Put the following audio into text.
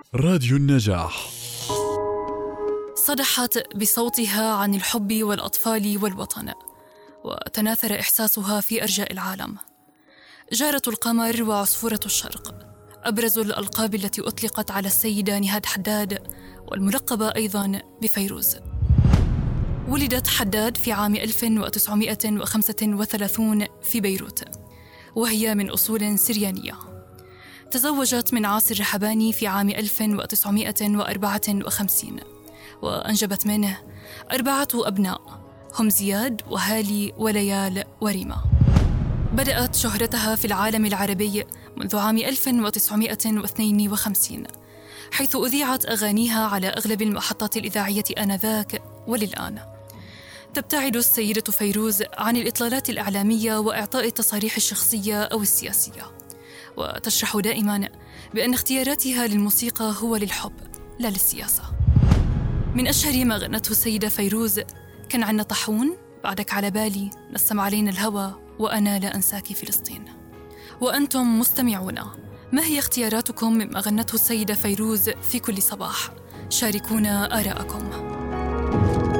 راديو النجاح. صدحت بصوتها عن الحب والأطفال والوطن، وتناثر إحساسها في أرجاء العالم. جارة القمر وعصفورة الشرق أبرز الألقاب التي أطلقت على السيدة نهاد حداد، والملقبة أيضاً بفيروز. ولدت حداد في عام 1935 في بيروت، وهي من أصول سريانية. تزوجت من عاصي الرحباني في عام 1954، وأنجبت منه 4 أبناء، هم زياد وهالي وليال وريما. بدأت شهرتها في العالم العربي منذ عام 1952، حيث أذيعت أغانيها على أغلب المحطات الإذاعية آنذاك وللآن. تبتعد السيدة فيروز عن الإطلالات الإعلامية وإعطاء التصاريح الشخصية أو السياسية، وتشرح دائماً بأن اختياراتها للموسيقى هو للحب لا للسياسة. من أشهر ما غنته السيدة فيروز كان عنا طاحون، بعدك على بالي، نسم علينا الهوى، وأنا لا أنساك فلسطين. وأنتم مستمعون، ما هي اختياراتكم مما غنته السيدة فيروز في كل صباح؟ شاركونا آراءكم.